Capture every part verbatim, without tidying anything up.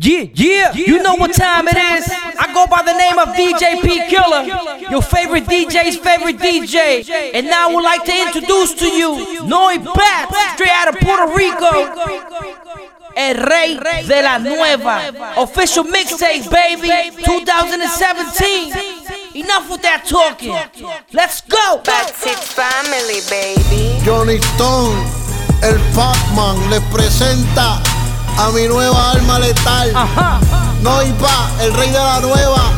Yeah, yeah, you know what time it is. I go by the name of D J P Killer, your favorite D J's favorite D J. And now I would like to introduce to you Noy Bat, straight out of Puerto Rico. El Rey de la Nueva. Official mixtape, baby, twenty seventeen. Enough with that talking. Let's go. That's it, family, baby. Johnny Stone, el Pac-Man, les presenta a mi nueva arma letal. Ajá. Noiba, el rey de la nueva.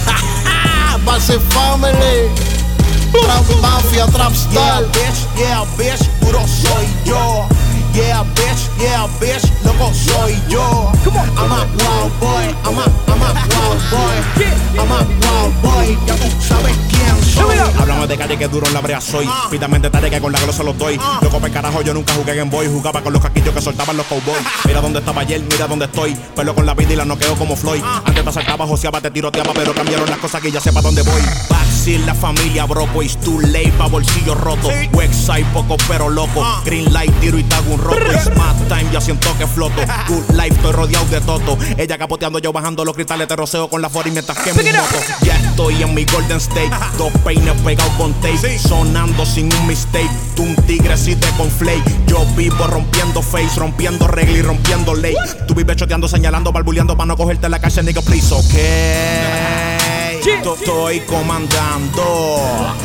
Base Family. Trap Mafia, Trap Star. Yeah, bitch, yeah, bitch, duro soy yo. Yeah, bitch, yeah, bitch, loco soy yo. I'm a wild boy, I'm a, I'm a wild boy. I'm a wild boy, ya tú sabes quién soy. Hablamos de calle que duro en la brea soy. Pídame detalle que con la glosa los doy. Loco pe carajo, yo nunca jugué Game Boy. Jugaba con los caquillos que soltaban los cowboys. Mira dónde estaba ayer, mira dónde estoy. Pelo con la vida y la noqueo como Floyd. Antes te asaltaba, joseaba, te tiroteaba, pero cambiaron las cosas que ya sé pa' dónde voy. Backseat, la familia, broco, it's too late pa' bolsillo roto. Website, poco pero loco. Green light, tiro y tago un roto. It's my time, ya siento que floto. Good life, estoy rodeado de toto. Ella capoteando, yo bajando los cristales. Te roceo con la forty mientras que mi moto. Ya estoy en mi golden state. Dos peines pegados con tape. Sonando sin un mistake. Tú un tigre si te conflake. Yo vivo rompiendo face, rompiendo regla y rompiendo ley. Tú vives choteando, señalando, barbuleando para no cogerte la calle, nigga, please, ok. Estoy comandando.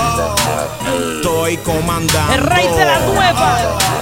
Estoy comandando. El rey de la nueva.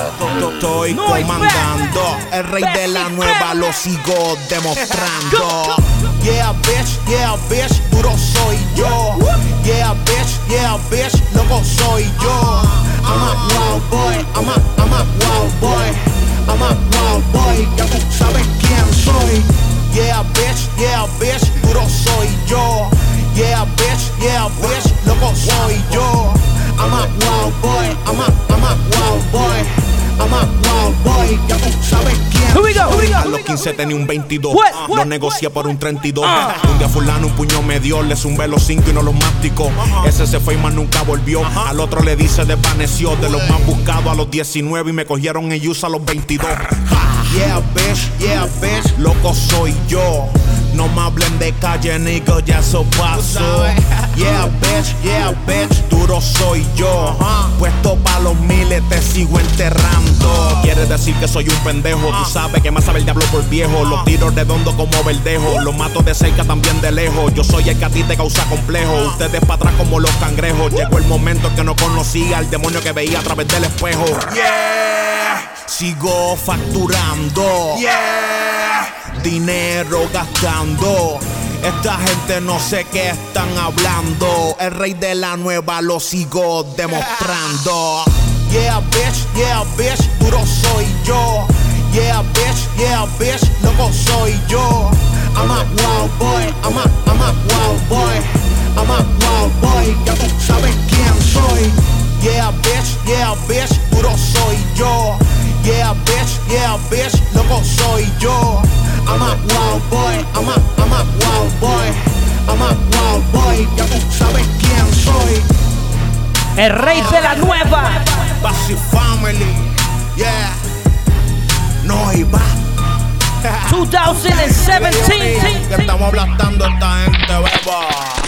Estoy comandando. El rey de la nueva lo sigo demostrando. Yeah, bitch, yeah, bitch, duro soy yo. Yeah, bitch, yeah, bitch, loco soy yo. I'm a wild boy, I'm a, I'm a wild boy. I'm a wild boy, ya tú sabes quién soy. Yeah, bitch, yeah, bitch, duro soy yo. Yeah, bitch, yeah, bitch, loco soy yo. I'm a wild boy, I'm a, I'm a wild boy. I'm a wild boy, ya tú sabes quién Here we go, here we go. A los quince tenía un veintidós. What? What? Lo negocié por un treinta y dos. Uh. Un día fulano un puño me dio. Le zumbé los cinco y no los masticó. uh-huh. Ese se fue y más nunca volvió. uh-huh. Al otro le dice desvaneció. De los más buscados a los diecinueve. Y me cogieron en use a los veintidós. Yeah, bitch, yeah, bitch, loco soy yo. No me hablen de calle, nigga, ya eso pasó. Yeah, bitch, yeah, bitch, duro soy yo. Puesto pa' los miles, te sigo enterrando. Quiere decir que soy un pendejo. Tú sabes que más sabe el diablo por viejo. Los tiros redondos como verdejo. Los mato de cerca, también de lejos. Yo soy el que a ti te causa complejo. Ustedes pa' atrás como los cangrejos. Llegó el momento que no conocía al demonio que veía a través del espejo. Yeah, sigo facturando. Yeah, dinero gastando. Esta gente no sé qué están hablando. El rey de la nueva lo sigo demostrando. Yeah, bitch, yeah, bitch, duro soy yo. Yeah, bitch, yeah, bitch, loco soy yo. I'm a wild boy, I'm a, I'm a wild boy. I'm a wild boy, ya tú sabes quién soy. Yeah, bitch, yeah, bitch, duro soy yo. Yeah, bitch, yeah, bitch, loco soy yo. I'm a wild boy, I'm a, I'm a wild boy. I'm a wild boy, ya tú sabes quién soy. El rey de la nueva. Base Family, yeah. Noiba. twenty seventeen. Que estamos aplastando a esta gente, beba.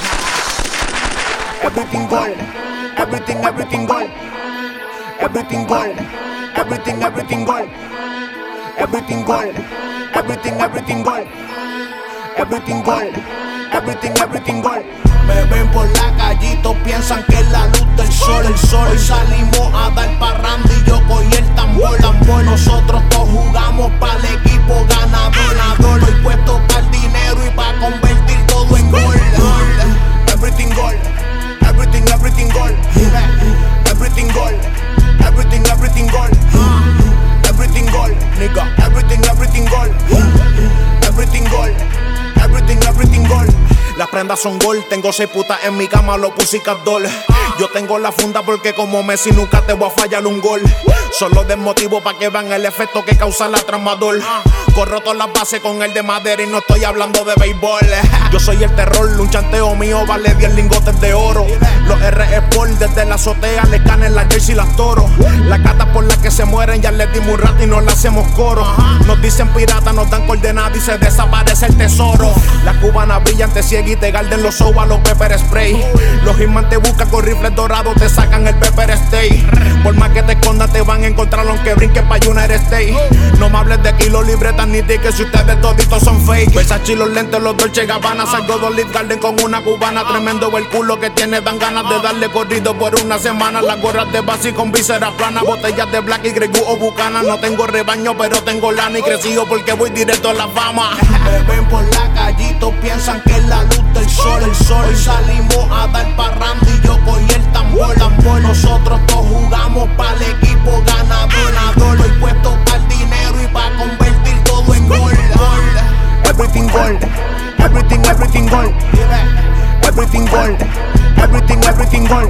Everything gold, everything, everything gold. Everything gold, everything, everything gold. Everything gold, everything, everything gold. Everything gold, everything, everything gold. Me ven por la callito, piensan que es la luz del sol, el sol. Hoy salimos a dar parranda y yo cogí el tambor, tambor. Nosotros todos jugamos para el equipo ganador, ganador. Estoy puesto para el dinero y para convertir todo en gol. Everything gold, everything, everything gold. Everything gold, everything, everything gold. Everything gold, nigga. Everything, everything gold. Everything gold, everything, everything gold. Las prendas son gol, tengo seis putas en mi cama, lo puse cardol. Yo tengo la funda porque como Messi nunca te voy a fallar un gol. Solo desmotivo pa' que vean el efecto que causa la tramador. Corro todas las bases con el de madera y no estoy hablando de béisbol. Yo soy el terror, un chanteo mío vale diez lingotes de oro. Los R Sport desde la azotea le canen las jersey y las toros. Las gatas por las que se mueren ya les dimos un rato y no le hacemos coro. Nos dicen piratas, nos dan coordenadas y se desaparece el tesoro. Las cubanas brillan, te ciegan y te garden los ojos a los pepper spray. Los Hitman te buscan con rifles dorados, te sacan el pepper stay. Por más que te escondas te van a encontrar aunque brinques pa' United States. No me hables de kilos, libretas ni tickets si ustedes toditos son fake. Versace los lentes, los Dolce Gabbana. Salgo dos Lit Garden con una cubana. Tremendo el culo que tiene, dan ganas de darle corrido por una semana. Las gorras de base con vísceras planas. Botellas de Black y Grey Goose o Bucana. No tengo rebaño pero tengo lana y crecido porque voy directo a la fama. Me ven por la callito, piensan que es la luz del sol, el sol. Hoy salimos a dar parranda y yo cogí el tambor, tambor. Nosotros todos jugamos para el equipo ganador, ganador. Estoy puesto para el dinero y para convertir todo en gol. Everything gold, everything, everything gold. Everything gold, everything, everything gold.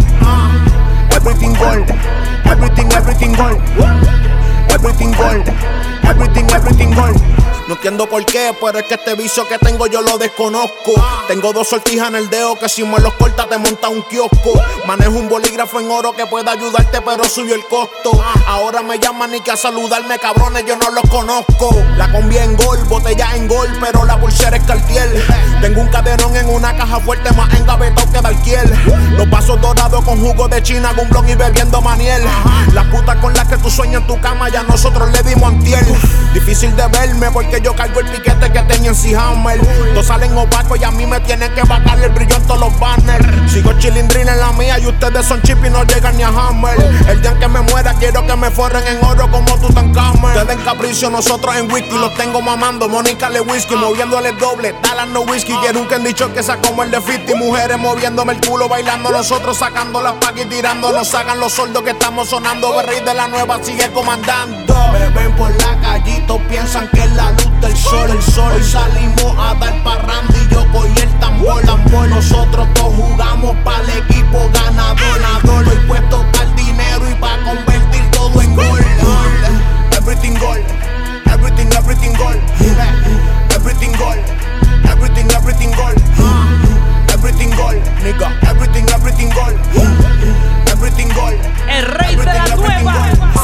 Everything gold, everything, everything gold. Everything gold, everything, everything gold. No entiendo por qué, pero es que este vicio que tengo yo lo desconozco. Tengo dos sortijas en el dedo que si me los corta te monta un kiosco. Manejo un bolígrafo en oro que puede ayudarte pero subió el costo. Ahora me llaman y que a saludarme cabrones yo no los conozco. La combi en gol, botella en gol, pero la pulsera es Cartier. Tengo un caderón en una caja fuerte más engavetado que Dalquiel. Los vasos dorados con jugo de China, con blog y bebiendo maniel. Las putas con las que tú sueñas en tu cama ya nosotros le dimos antier. Difícil de verme porque yo cargo el piquete que tenía en C-Hammer. Todos salen opacos y a mí me tienen que bajarle el brillo en todos los banners. Sigo chilindrina en la mía y ustedes son chip y no llegan ni a Hammer. El día en que me muera quiero que me forren en oro como Tutankamón. Ustedes en capricio, nosotros en whisky. Los tengo mamando, Mónica le whisky. Moviéndole el doble, Dallas no whisky. Quiero un candy shop que sea como el de cincuenta. Mujeres moviéndome el culo, bailando. Nosotros sacando las pacas y tirando. Nos hagan los sordos que estamos sonando. El rey de la nueva sigue comandando. Me ven por la callito, piensan que es la luz del sol, el sol. Hoy salimos a dar parranda y yo cogí el tambor, tambor. Nosotros todos jugamos para el equipo ganador, ganador. Estoy puesto para el dinero y para convertir todo en gol. Everything gold, everything, everything gold. Everything gold, everything, everything gold. Everything gold, nigga. Everything, everything gold. Everything gold. El rey de la nueva.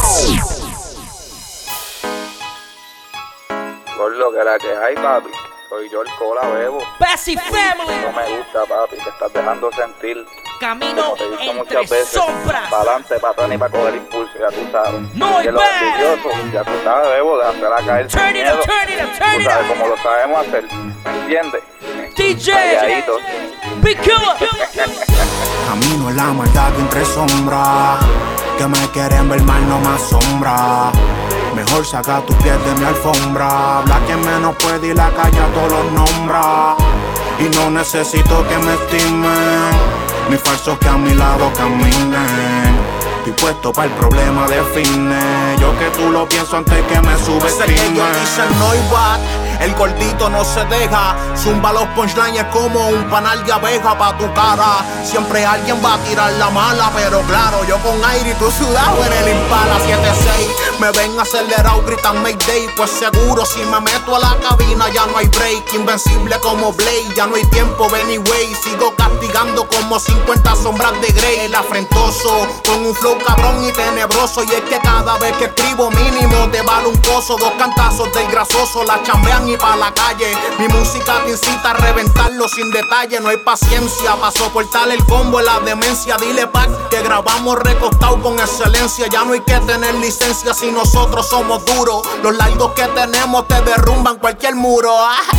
Por lo que la que hay, papi, soy yo el cola bebo. Bessie Family. No me gusta, papi, te estás dejando sentir. Camino Como te he dicho entre muchas veces, sombras. para adelante, para atrás ni para coger impulso, ya tú sabes. No, y los bad. envidiosos, ya tú sabes, bebo, de hacer a caer sin Turn it miedo. up, turn it up, turn Tú it sabes up. cómo lo sabemos hacer, ¿me entiendes? D J, Calladito. Big Killer. Camino en la maldad entre sombras. Que me quieren ver mal, no me asombra. Mejor saca tus pies de mi alfombra. Habla quien menos puede y la calle a todos los nombra. Y no necesito que me estimen, ni falsos que a mi lado caminen. Estoy puesto para el problema de fitness. Yo que tú lo pienso antes que me subestimen. Ellos dicen no hay bat, el gordito no se deja. Zumba los punchlines como un panal de abeja pa' tu cara. Siempre alguien va a tirar la mala, pero claro, yo con aire y tú sudado en el Impala siete seis. Me ven acelerado, gritan Mayday. Pues seguro si me meto a la cabina ya no hay break. Invencible como Blade, ya no hay tiempo, anyway. Sigo castigando como cincuenta sombras de Grey. El afrentoso, con un flow cabrón y tenebroso. Y es que cada vez que escribo mínimo te vale un coso. Dos cantazos del grasoso, la chambean y pa' la calle. Mi música te incita a reventarlo sin detalle. No hay paciencia pa' soportar el combo en la demencia. Dile Pac que grabamos recostado con excelencia. Ya no hay que tener licencia si nosotros somos duros. Los largos que tenemos te derrumban cualquier muro.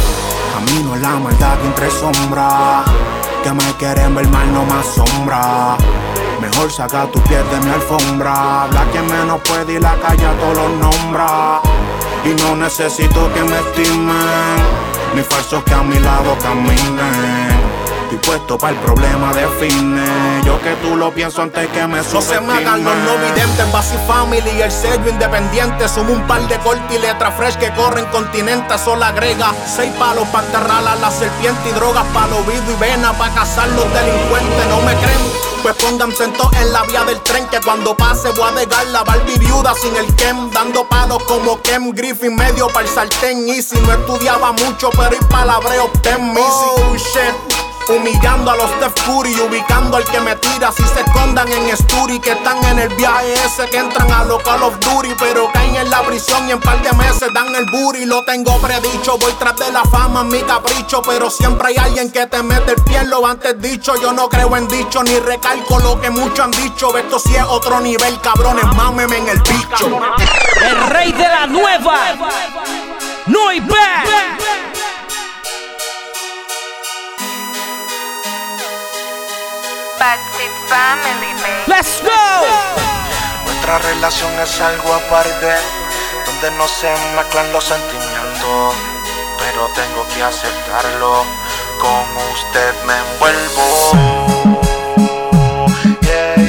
Camino en la maldad entre sombras. Que me quieren ver mal no me asombra. Mejor saca tus pies de mi alfombra. Habla quien menos puede y la calle a todos los nombra. Y no necesito que me estimen, ni falsos que a mi lado caminen. Estoy puesto para el problema de fitness. Yo que tú lo pienso antes que me subestimen. No se me hagan los no videntes, Bessie Family y el sello independiente. Sumo un par de cortes y letras fresh que corren continente. Solo agrega seis palos para enterrar a la serpiente y drogas para el oído y vena para cazar los delincuentes. No me creen, Pues pónganse entonces en la vía del tren, que cuando pase voy a dejar la Barbie viuda sin el Ken, dando palos como Ken Griffin, medio para el sartén. Easy, no estudiaba mucho, pero y palabreo obtén. Oh shit. Humillando a los Steph Curry, ubicando al que me tira. Si se escondan en Sturi, que están en el viaje ese, que entran a los Call of Duty, pero caen en la prisión y en par de meses dan el booty. Lo tengo predicho, voy tras de la fama, en mi capricho, pero siempre hay alguien que te mete el pie en lo antes dicho. Yo no creo en dicho, ni recalco lo que muchos han dicho. Esto sí es otro nivel, cabrones, mámeme en el bicho. El rey de la nueva, Noi Bad. Backseat Family, baby. Let's go. Nuestra relación es algo aparte, donde no se mezclan los sentimientos, pero tengo que aceptarlo. Con usted me envuelvo. Yeah,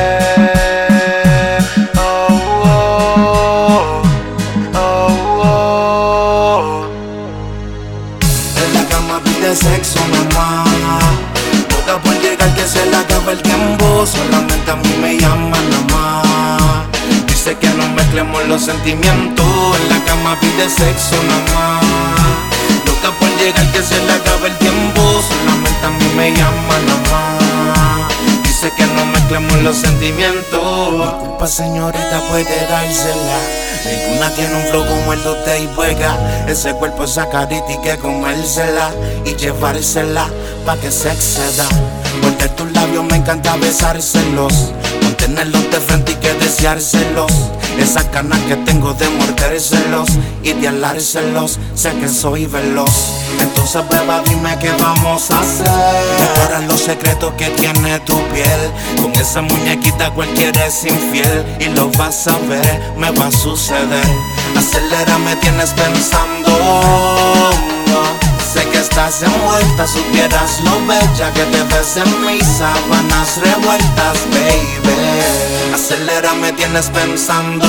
yeah. Oh, oh, oh, oh. En la cama pide sexo, mamá. Loca por llegar que se le acaba el tiempo. Solamente a mí me llama nada más. Dice que no mezclemos los sentimientos. En la cama pide sexo nada más. Loca por llegar que se le acaba el tiempo. Solamente a mí me llama nada más. Dice que no mezclemos los sentimientos. Disculpa señorita, puede dársela. Ninguna tiene un flow como el de usted y juega. Ese cuerpo, esa carita y que comérsela y llevársela pa' que se exceda. Morder tus labios me encanta besárselos, mantenerlos de frente y que deseárselos. Esas ganas que tengo de mordérselos y de alárselos, sé que soy veloz. Entonces beba, dime qué vamos a hacer. Mejora los secretos que tiene tu piel. Con esa muñequita cualquiera es infiel y lo vas a ver, me va a suceder. Acelera, me tienes pensando. Sé que estás envuelta, supieras lo bella que te ves en mis sábanas revueltas, baby. Acelera, me tienes pensando.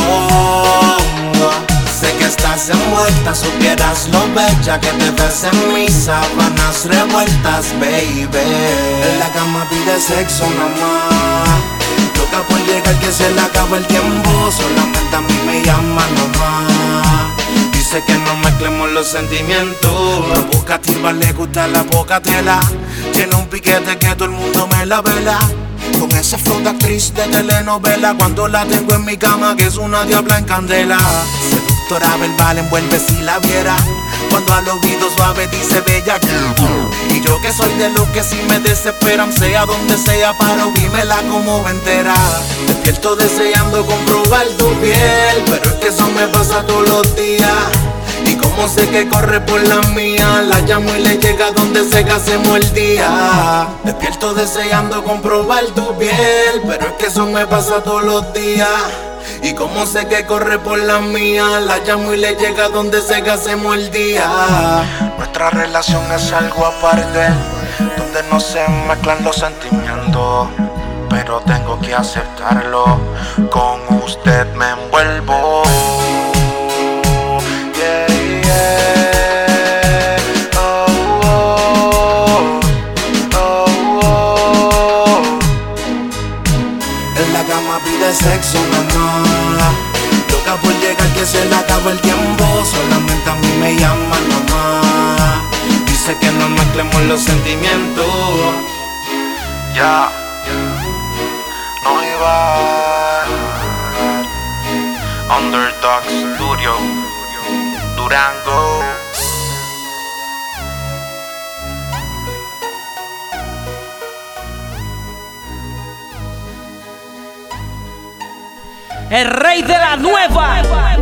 Sé que estás envuelta, supieras lo bella que te ves en mis sábanas revueltas, baby. En la cama pide sexo nomás. Loca por llegar que se le acaba el tiempo. Solamente a mí me llama nomás. Dice que no mezclemos los sentimientos. Provocativa, le gusta la poca tela. Tiene un piquete que todo el mundo me la vela. Con ese flow de actriz de telenovela. Cuando la tengo en mi cama, que es una diabla en candela. Seductora verbal, envuelve si la viera. Cuando al oído suave dice bella. Y yo que soy de los que si me desesperan, sea donde sea, para oírmela como entera. Despierto deseando comprobar tu piel, pero es que eso me pasa todos los días. Y como sé que corre por la mía, la llamo y le llega donde se casemos el día. Despierto deseando comprobar tu piel, pero es que eso me pasa todos los días. Y como sé que corre por la mía, la llamo y le llega donde se casemos el día. Nuestra relación es algo aparte, donde no se mezclan los sentimientos, pero tengo que aceptarlo. Con usted me envuelvo. Yeah, yeah. Oh, oh, oh, oh. En la cama pide sexo mamá. Loca por llegar que se le acaba el tiempo. Solamente a mí me llama nomás. Dice que no mezclemos los sentimientos. Ya, no iba. Underdog Studio, Durango. El rey de la nueva.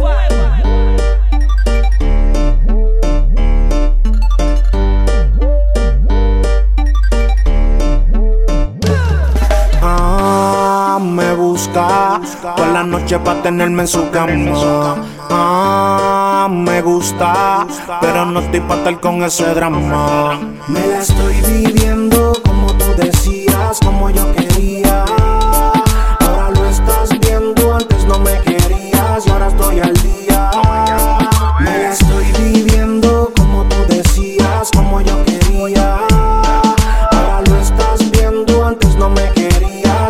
Ah, me busca toda la noche pa' tenerme en su cama. Ah, me gusta, pero no estoy pa' estar con ese drama. Me la estoy viviendo como tú decías, como yo quería. Ahora lo estás viendo, antes no me querías y ahora estoy al día. Me la estoy viviendo como tú decías, como yo quería. Ahora lo estás viendo, antes no me querías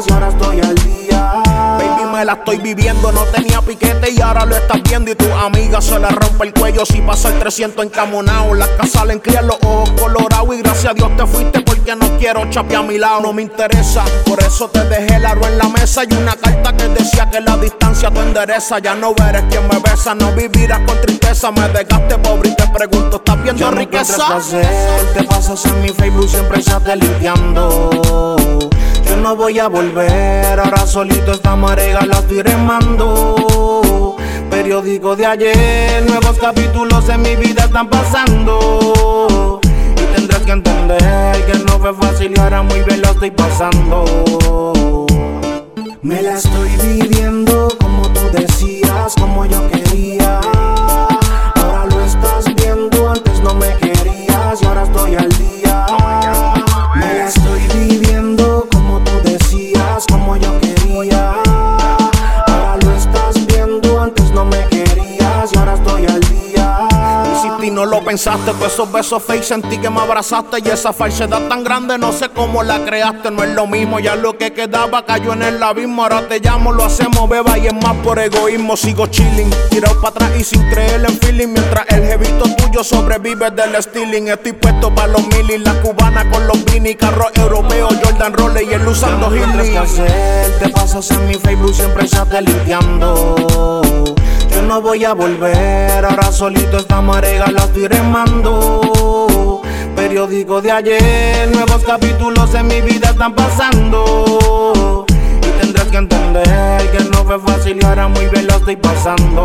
estoy viviendo. No tenía piquete y ahora lo estás viendo. Y tu amiga se le rompe el cuello si pasa el trescientos encamonado. Las casas le encrían los ojos colorados. Y gracias a Dios te fuiste porque no quiero chape a mi lado. No me interesa, por eso te dejé el aro en la mesa. Y una carta que decía que la distancia te endereza. Ya no verás quien me besa, no vivirás con tristeza. Me dejaste pobre y te pregunto, ¿estás viendo ya riqueza? No placer, te pasas en mi Facebook siempre sateliteando. Yo no voy a volver, ahora solito esta marea la estoy remando. Periódico de ayer, nuevos capítulos en mi vida están pasando. Y tendrás que entender que no fue fácil y ahora muy bien lo estoy pasando. Me la estoy viviendo como tú decías, como yo quería. Ahora lo estás viendo, antes no me querías y ahora estoy al día. Me la estoy viviendo como tú decías, como yo quería. Ahora lo estás viendo, antes no me querías y ahora estoy al día. Y no lo pensaste, todos esos besos fake sentí que me abrazaste. Y esa falsedad tan grande no sé cómo la creaste. No es lo mismo, ya lo que quedaba cayó en el abismo. Ahora te llamo, lo hacemos beba y es más por egoísmo. Sigo chilling, tirado para atrás y sin creer en feeling. Mientras el jevito tuyo sobrevive del stealing. Estoy puesto para los mili, la cubana con los beanie. Carros europeos, Jordan Rolle y él usando Healy. No tendrás que hacer, te pasas en mi Facebook siempre sateliteando. Yo no voy a volver, ahora solito esta marea la estoy remando. Periódico de ayer, nuevos capítulos en mi vida están pasando. Y tendrás que entender que no fue fácil y ahora muy bien lo estoy pasando.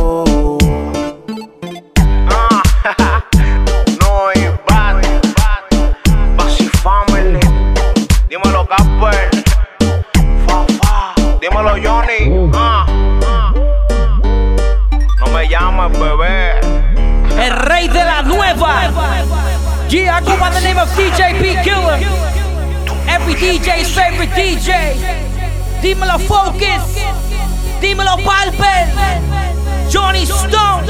Ah, no hay bad, Basi Family. Dímelo Casper, Fafa, dímelo Johnny. Ah. No me llames, bebé. El rey de la nueva. Yeah, I go by the name of D J P Killer. Every D J's favorite D J. Dímelo Focus. Dímelo Palper. Johnny Stone.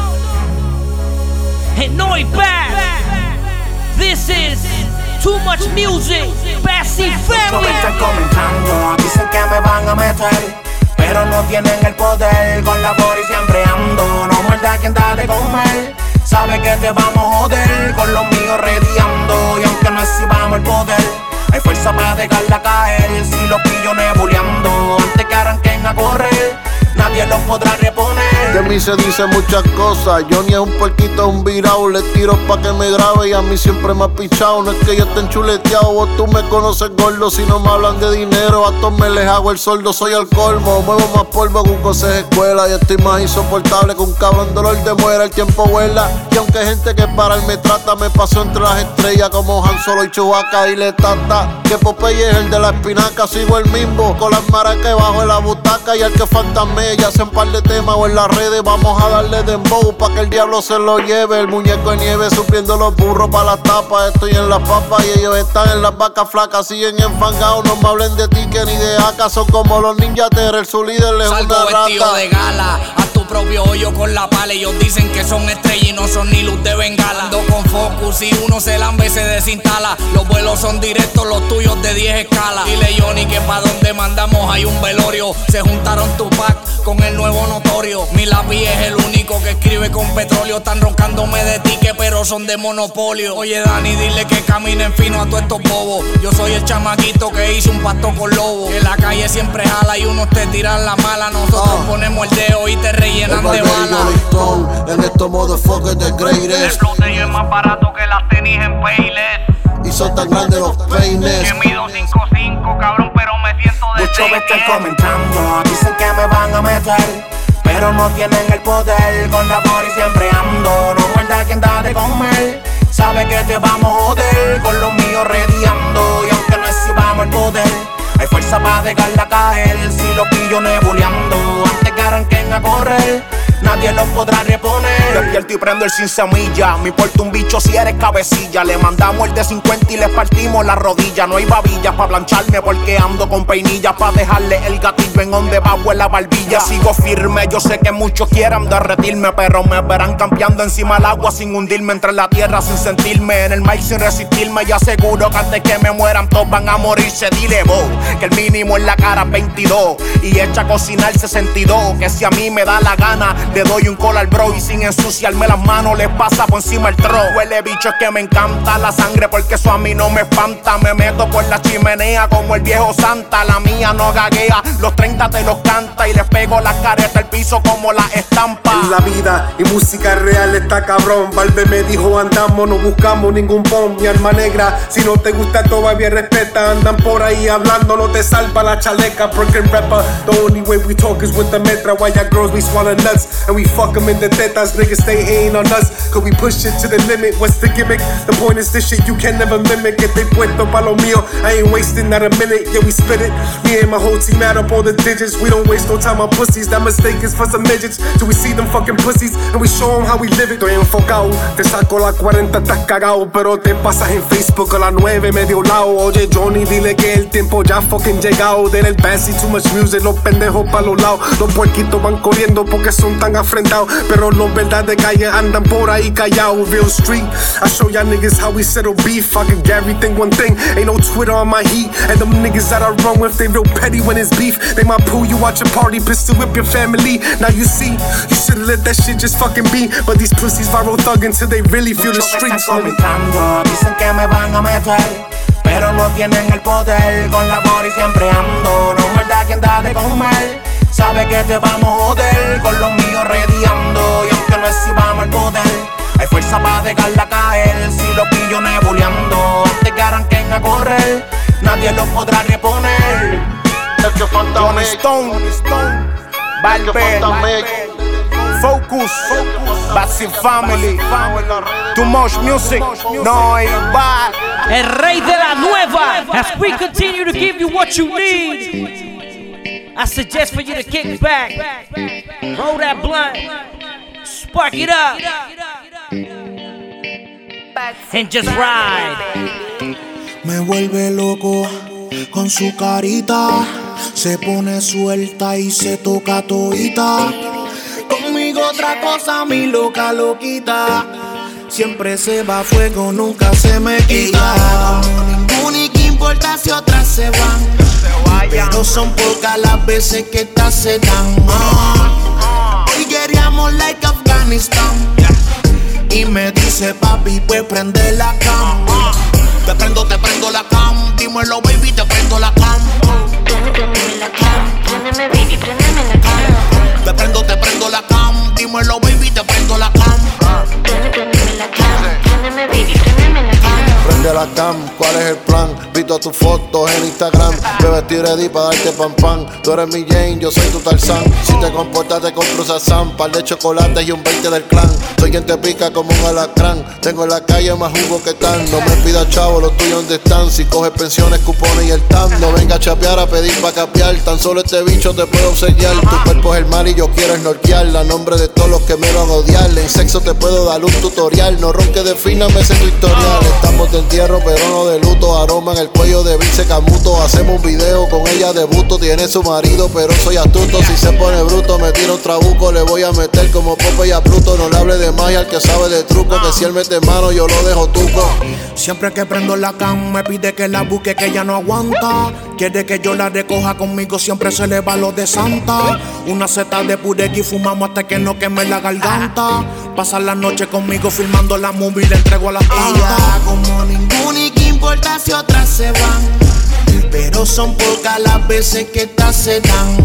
And Noi Bad. This is too much music. Basi Family. Me están comentando, dicen que me van a meter, pero no tienen el poder. Con la body siempre ando, no muerda quien da de comer. Sabe que te vamos a joder, con los míos rediando. Y aunque no exhibamos el poder, hay fuerza para dejarla caer. Si los pillo nebuleando, antes que arranquen a correr, nadie los podrá reponer. De mí se dicen muchas cosas, Johnny es un puerquito, un virao. Le tiro pa' que me grabe y a mí siempre me ha pichado. No es que yo esté enchuleteado, vos tú me conoces gordo. Si no me hablan de dinero, a todos me les hago el soldo. Soy al colmo, muevo más polvo que un consejo escuela. Y estoy más insoportable que un cabrón dolor de muera. El tiempo vuela, y aunque hay gente que para él me trata, me paso entre las estrellas como Han Solo y Chewbacca y le tata. Que Popeye es el de la espinaca, sigo el mismo, con las maracas bajo en la butaca. Y al que fantasme, ya hacen par de temas o en las redes. Vamos a darle dembow pa' que el diablo se lo lleve. El muñeco de nieve subiendo los burros pa' las tapas. Estoy en las papas y ellos están en las vacas flacas. Siguen enfangados, no me hablen de ti que ni de acá. Son como los ninjas Terror, su líder es Salgo una rata. vestido de gala, a tu propio hoyo con la pala. Ellos dicen que son estrellas y no son ni luz de bengala. Ando con focus y uno se lambe se desinstala. Los vuelos son directos, los tuyos de diez escalas. Dile Johnny que pa' donde mandamos hay un velorio. Se juntaron Tupac con el nuevo notorio. Mi lápiz es el único que escribe con petróleo. Están roncándome de ticket pero son de monopolio. Oye Dani, dile que caminen fino a todos estos bobos. Yo soy el chamaquito que hizo un pacto con lobo. Que la calle siempre jala y unos te tiran la mala. Nosotros oh. ponemos el dedo y te rellenan de bala. En estos motherfuckers de greatest. El flote es más barato que las tenis en Payless. Y son tan grandes los peines. Que mido cinco cinco, cabrón, pero me siento de muchos me están comentando, dicen que me van a meter, pero no tienen el poder. Con la body siempre ando, no muerda quien da de comer. Sabe que te vamos a joder, con los míos rediando. Y aunque no exhibamos el poder, hay fuerza para dejarla caer. Si los pillo nebuleando, antes que arranquen a correr, nadie lo podrá reponer. Despierto y prendo el sin semilla, me importa un bicho si eres cabecilla. Le mandamos el de cincuenta y le partimos la rodilla. No hay babillas pa' plancharme porque ando con peinillas, pa' dejarle el gatillo en donde bajo en la barbilla. Sigo firme, yo sé que muchos quieran derretirme, pero me verán campeando encima del agua sin hundirme, entre la tierra sin sentirme, en el mic sin resistirme. Y aseguro que antes que me mueran todos van a morirse. Dile vos que el mínimo en la cara es veintidós y echa a cocinar sesenta y dos. Que si a mí me da la gana le doy un call al bro y sin ensuciarme las manos les pasa por encima el tro. Huele bicho es que me encanta la sangre porque eso a mí no me espanta. Me meto por la chimenea como el viejo Santa. La mía no gaguea, los treinta te los canta y les pego la careta al piso como la estampa. En la vida y música real está cabrón. Valve me dijo andamos, no buscamos ningún pom. Mi alma negra, si no te gusta todavía respeta. Andan por ahí hablando, no te salva la chaleca. Broken rapper, the only way we talk is with the metra. Why y'all girls we swallow nuts and we fuck them in the tetas. Niggas stay hating on us cause we push it to the limit. What's the gimmick? The point is this shit you can never mimic. If they puesto pa' lo mío, I ain't wasting not a minute. Yeah, we spit it. Me and my whole team add up all the digits. We don't waste no time on pussies. That mistake is for some midgets. Till we see them fucking pussies and we show them how we live it. Estoy enfocado, te saco la cuarenta, estás cagao. Pero te pasas en Facebook a las nueve medio lao. Oye Johnny, dile que el tiempo ya fucking llegado. Del el bassy, too much music, los pendejos pa' los lados. Los puerquitos van corriendo porque son tan afrentados. Pero los verdad de calle andan por ahí callados. Real street, I show y'all niggas how we settle beef. I can everything one thing, ain't no Twitter on my heat. And them niggas that I run with, they real petty when it's beef. They might pull you out your party, pistol whip your family. Now you see, you should've let that shit just fucking be. But these pussies viral thug until they really feel the streets. Dicen que me van a meter, pero no tienen el poder. Con la body siempre ando, no me da quien da de comer. Sabe que te vamos a joder, con los míos rediando. Y aunque no exhibamos el poder, hay fuerza para dejarla caer. Si los pillo nebuleando, antes que arranquen a correr, nadie los podrá reponer. John Stone, Valve, Focus, Bassy Family, Too Much Music, no hay bad. El rey de la nueva. As we continue to give you what you need, I suggest for you to kick back, roll that blunt, spark it up, and just ride. Me vuelve loco con su carita, se pone suelta y se toca todita. Conmigo otra cosa, mi loca loquita. Siempre se va a fuego, nunca se me quita. Ninguna y que importa si otras se van, pero son pocas las veces que estas se dan. Hoy queríamos like Afganistán y me dice papi, pues prende la cam. Te prendo, te prendo la cam. Dímelo baby, te prendo la cam. Prendeme la cam, prendeme baby, prendeme la cam. Te prendo, te prendo la cam. Dímelo baby, te prendo la cam. Prendeme la cam, prendeme baby, prendeme la cam. Prende la cam, ¿cuál es el plan? Visto tus fotos en Instagram. Bebé, estoy ready pa' darte pan pan. Tú eres mi Jane, yo soy tu Tarzán. Si te comportas te compro Sazán. Par de chocolates y un veinte del clan. Soy quien te pica como un alacrán. Tengo en la calle más jugo que tal. No me pidas chavo, los tuyos donde están. Si coges pensiones, cupones y el T A M. No venga a chapear a pedir pa' capear. Tan solo este bicho te puedo obsequiar. Tu cuerpo es el mar y yo quiero snorkear. A nombre de todos los que me van a odiar. En sexo te puedo dar un tutorial. No ronques, defíname ese tu historial. Estamos de entierro pero no de luto. Aroma en el cuello de Vince Camuto. Hacemos un video con ella debuto. Tiene su marido pero soy astuto. Si se pone bruto me tiro un trabuco. Le voy a meter como Pope y a Pluto. No le hable de magia al que sabe de truco. Que si él mete mano yo lo dejo tuco. Siempre que prendo la cam me pide que la busque, que ella no aguanta. Quiere que yo la recoja conmigo, siempre se le va lo de santa. Una seta de pureki y fumamos hasta que no queme la garganta. Pasa la noche conmigo filmando la movie y le entrego a la Ella como ninguna y que importa si otras se van, pero son pocas las veces que estas se dan.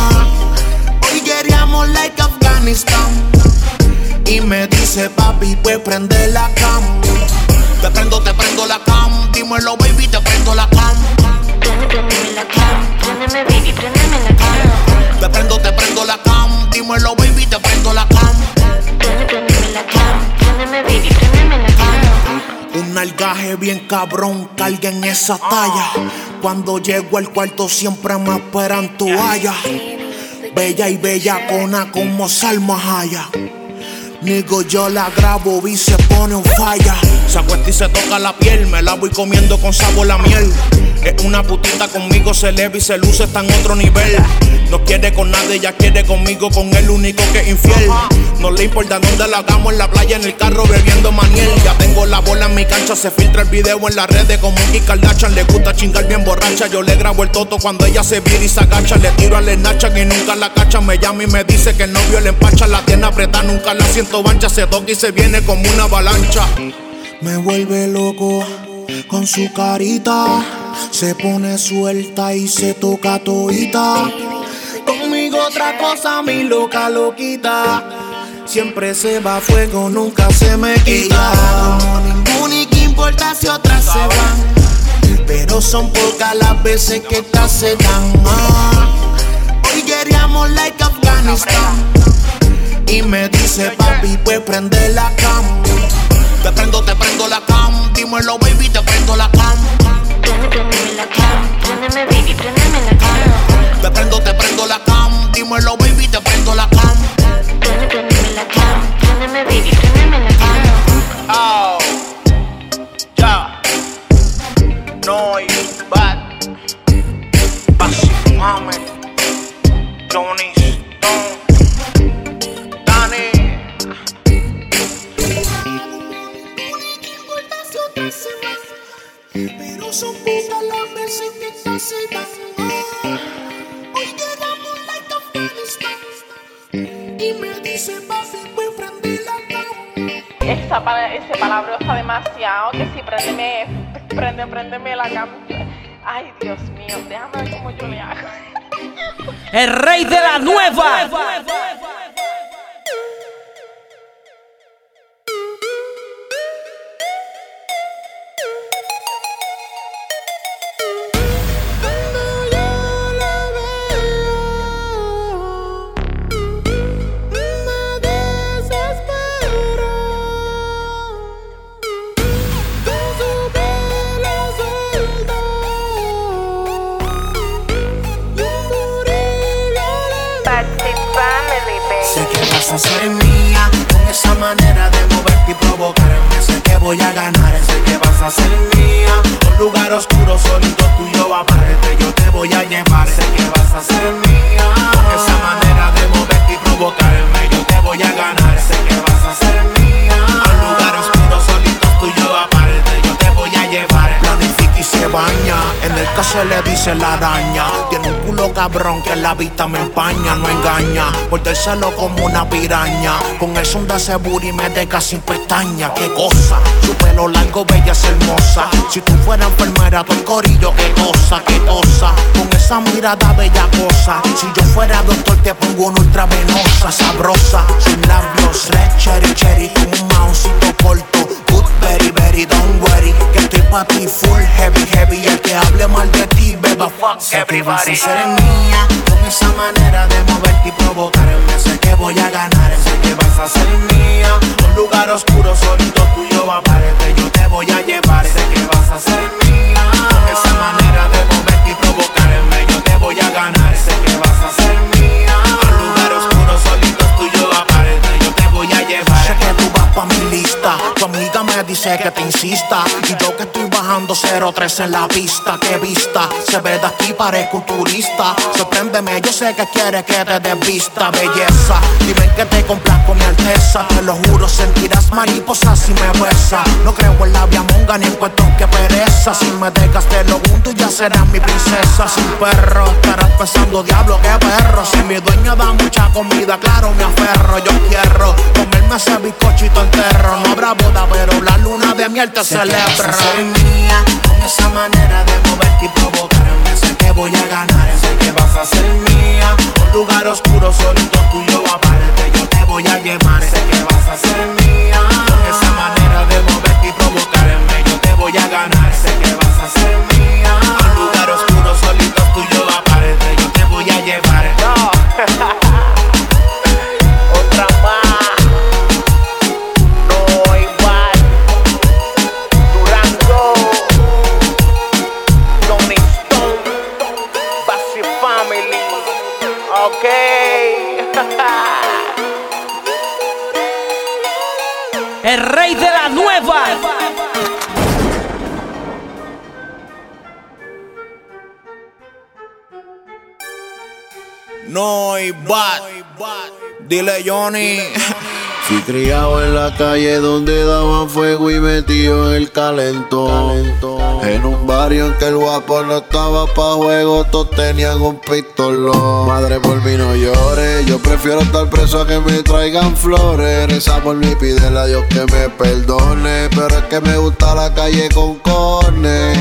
Hoy queríamos like Afganistán y me dice papi, pues prende la cam. Te prendo, te prendo la cam. Dímelo baby, te prendo la cam. Prendeme la cam, prendeme baby, prendeme la cam. Te prendo, te prendo la cam. Dímelo baby, te prendo la cam. Prendeme la cam, prendeme baby, prendeme la cam. Un nalgaje bien cabrón, carguen esa talla. Cuando llego al cuarto siempre me esperan toalla. bella y bellacona como Salma Hayek. Nigo, yo la grabo y se pone un falla. Se acuesta y se toca la piel, me la voy comiendo con sabor la miel. Es una putita, conmigo se eleva y se luce, está en otro nivel. No quiere con nadie, ella quiere conmigo, con el único que es infiel. No le importa dónde la hagamos, en la playa, en el carro, bebiendo maniel. Ya tengo la bola en mi cancha, se filtra el video en las redes como Kim Kardashian. Le gusta chingar bien borracha, yo le grabo el toto cuando ella se vira y se agacha. Le tiro a la nacha y nunca la cacha. Me llama y me dice que el novio le empacha. La tiene apretada, nunca la siento bancha. Se toca y se viene como una avalancha. Me vuelve loco con su carita. Se pone suelta y se toca toita. Conmigo otra cosa, mi loca loquita. Siempre se va a fuego, nunca se me quita. Como ninguna y que importa si otras se van. Pero son pocas las veces que estas se dan. Ah, hoy queríamos like Afganistán. Y me dice papi, pues prende la cam. Te prendo, te prendo la cam. Dímelo baby, te prendo la cam. Prende, prendeme la cam. Prendeme baby, prendeme la cam. Te prendo, te prendo la cam. Dímelo baby, te prendo la cam. Prende, prendeme la cam. Prendeme baby, prendeme la cam. Oh, ya. No hay bad. Basi Mohamed, Johnny Stone, Danny. Pero son pocas las veces que estas se dan. Hoy quedamos like Afganistán. Y me dice papi, pues prende la cam. Esa pala- ese palabra está demasiado. Que si prendeme, prende, prendeme la cam. Ay, Dios mío, déjame ver cómo yo le hago. El rey de la nueva. Vas a ser mía, con esa manera de moverte y provocarme. Sé que voy a ganar, sé que vas a ser mía. Un lugar oscuro, solito tuyo aparte, yo te voy a llevar. Sé que vas a ser mía, con esa manera de moverte y provocarme. Yo te voy a ganar, sé que vas a ser mía. Un lugar oscuro, solito tuyo aparte, yo te voy a llevar. Planifica y se baña, en el caso le dice la araña. Tiene un culo cabrón que en la vista me empaña, no engaña. Portárselo como una piraña. Con el son de ese booty me deja sin pestaña. Qué cosa, su pelo largo, bella es hermosa. Si tú fueras enfermera, tu el corillo, qué cosa, qué cosa. Con esa mirada bella cosa. Si yo fuera doctor te pongo una ultravenosa, sabrosa. Sin labios, red cherry cherry, con un maucito corto. Good very very, don't worry, que estoy pa' ti full heavy heavy. El que hable mal de ti, beba fuck everybody. Sé que vas a ser mía, con esa manera de moverte y provocarme. Sé que voy a ganar, sé que vas a ser mía. Un lugar oscuro, solito tuyo aparte, yo te voy a llevar. Sé que vas a ser mía, con esa manera de moverte y provocarme. Yo te voy a ganar, sé que vas a ser mía. Un lugar oscuro, solito tuyo aparte, yo te voy a llevar. Sé que tú vas pa' mi lista, tu amiga me dice que te insista. Y yo que estoy bajando cero tres en la pista. Que vista, se ve de aquí, parezco un turista. Sorpréndeme, yo sé que quieres que te desvista. Belleza, dime que te complazco mi alteza. Te lo juro, sentirás mariposas si me besas. No creo en la viamonga ni en cuentos que pereza. Si me dejas te lo junto y ya serás mi princesa. Sin perro, estarás pensando, diablo, qué perro. Si mi dueño da mucha comida, claro, me aferro. Yo quiero comerme ese bizcochito entero. No habrá boda, pero la luna de miel te celebra. Sé que vas a ser mía, con esa manera de moverte y provocarme. Sé que voy a ganar, sé que vas a ser mía. Un lugar oscuro, solito tuyo aparte, yo te voy a llevar. Sé que vas a ser mía, con esa manera de moverte y provocarme. Yo te voy a ganar, sé que vas a ser mía. Un lugar oscuro, solito tuyo aparte, yo te voy a llevar. No. Otra más. No igual. Durango. Johnny Stone. Basi Family. Okay. el rey de la nueva. No hay bat. Dile Johnny. Fui criado en la calle donde daban fuego y metido en el calentón. En un barrio en que el guapo no estaba pa' juego, todos tenían un pistolón. Madre, por mí no llores, yo prefiero estar preso a que me traigan flores. Reza por mí, pídele a Dios que me perdone, pero es que me gusta la calle con cojones.